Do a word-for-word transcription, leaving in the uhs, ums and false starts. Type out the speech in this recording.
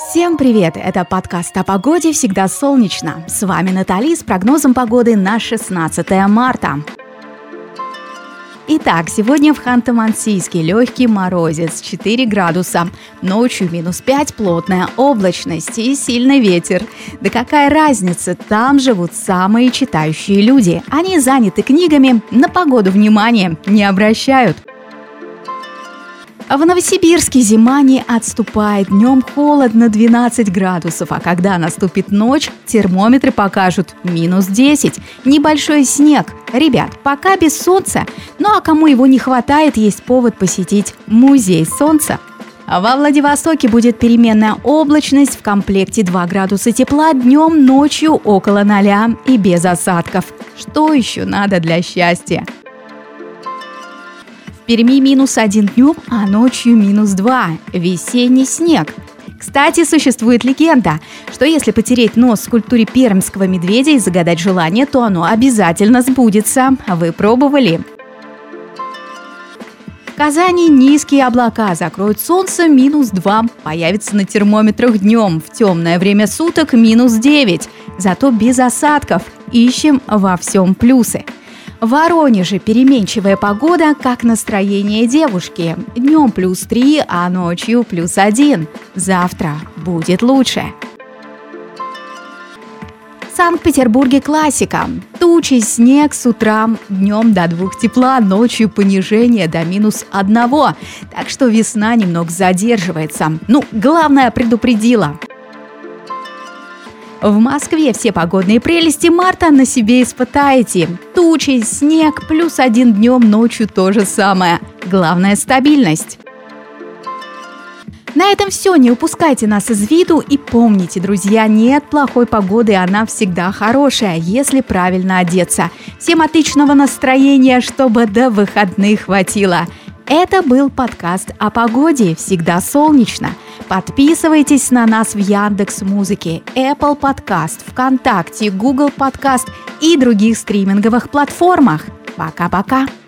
Всем привет! Это подкаст о погоде «Всегда солнечно». С вами Натали с прогнозом погоды на шестнадцатое марта. Итак, сегодня в Ханты-Мансийске легкий морозец, четыре градуса. Ночью минус пять, плотная облачность и сильный ветер. Да какая разница, там живут самые читающие люди. Они заняты книгами, на погоду внимания не обращают. А в Новосибирске зима не отступает. Днем холодно двенадцать градусов, а когда наступит ночь, термометры покажут минус десять. Небольшой снег. Ребят, пока без солнца. Ну а кому его не хватает, есть повод посетить музей солнца. А во Владивостоке будет переменная облачность, в комплекте два градуса тепла, днем, ночью около ноля и без осадков. Что еще надо для счастья? В Перми минус один днем, а ночью минус два. Весенний снег. Кстати, существует легенда, что если потереть нос скульптуре пермского медведя и загадать желание, то оно обязательно сбудется. Вы пробовали? В Казани низкие облака закроют солнце, минус два. Появится на термометрах днем. В темное время суток минус девять. Зато без осадков. Ищем во всем плюсы. В Воронеже переменчивая погода, как настроение девушки. Днем плюс три, а ночью плюс один. Завтра будет лучше. В Санкт-Петербурге классика. Тучи, снег с утра, днем до двух тепла, ночью понижение до минус одного. Так что весна немного задерживается. Ну, главное, предупредила. В Москве все погодные прелести марта на себе испытаете. Тучи, снег, плюс один днем, ночью то же самое. Главное – стабильность. На этом все. Не упускайте нас из виду и помните, друзья, нет плохой погоды, она всегда хорошая, если правильно одеться. Всем отличного настроения, чтобы до выходных хватило. Это был подкаст о погоде «Всегда солнечно». Подписывайтесь на нас в Яндекс.Музыке, Apple Podcast, ВКонтакте, Google Podcast и других стриминговых платформах. Пока-пока!